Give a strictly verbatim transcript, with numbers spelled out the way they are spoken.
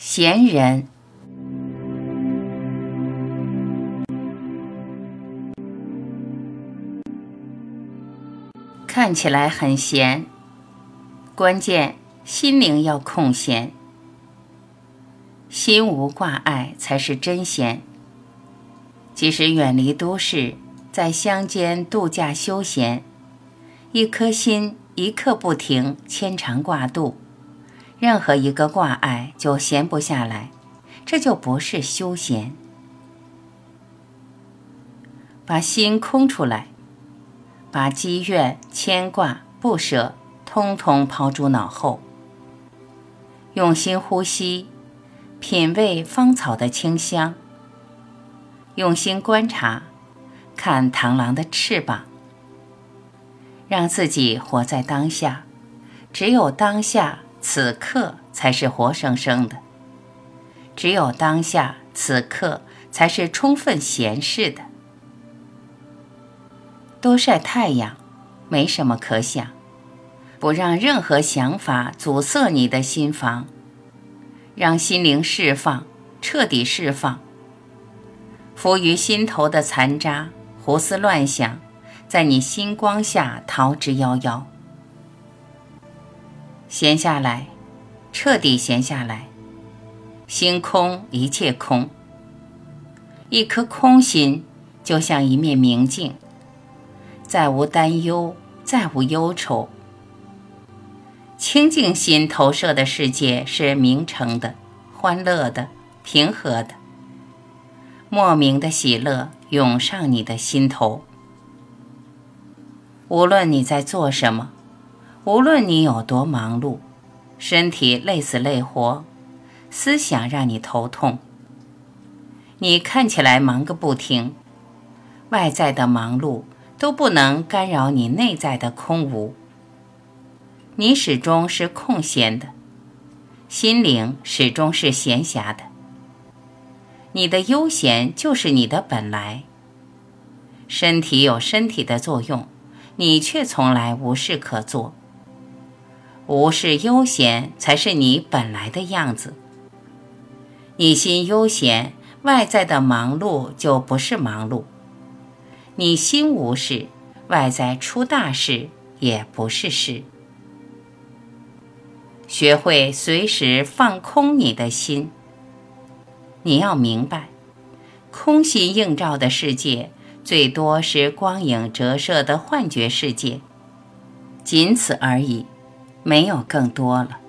闲人，看起来很闲，关键心灵要空闲。心无挂碍才是真闲。即使远离都市，在乡间度假休闲，一颗心一刻不停，牵肠挂肚，任何一个挂碍就闲不下来，这就不是休闲。把心空出来，把积怨、牵挂、不舍通通抛诸脑后，用心呼吸，品味芳草的清香，用心观察，看螳螂的翅膀，让自己活在当下。只有当下此刻才是活生生的，只有当下此刻才是充分闲适的。多晒太阳，没什么可想，不让任何想法阻塞你的心房，让心灵释放，彻底释放。浮于心头的残渣，胡思乱想，在你心光下逃之夭夭。闲下来，彻底闲下来，心空，一切空。一颗空心就像一面明镜，再无担忧，再无忧愁。清净心投射的世界是明澄的、欢乐的、平和的，莫名的喜乐涌上你的心头。无论你在做什么，无论你有多忙碌，身体累死累活，思想让你头痛，你看起来忙个不停，外在的忙碌都不能干扰你内在的空无。你始终是空闲的，心灵始终是闲暇的。你的悠闲就是你的本来。身体有身体的作用，你却从来无事可做。无事悠闲才是你本来的样子。你心悠闲，外在的忙碌就不是忙碌。你心无事，外在出大事也不是事。学会随时放空你的心。你要明白，空心映照的世界最多是光影折射的幻觉世界，仅此而已，没有更多了。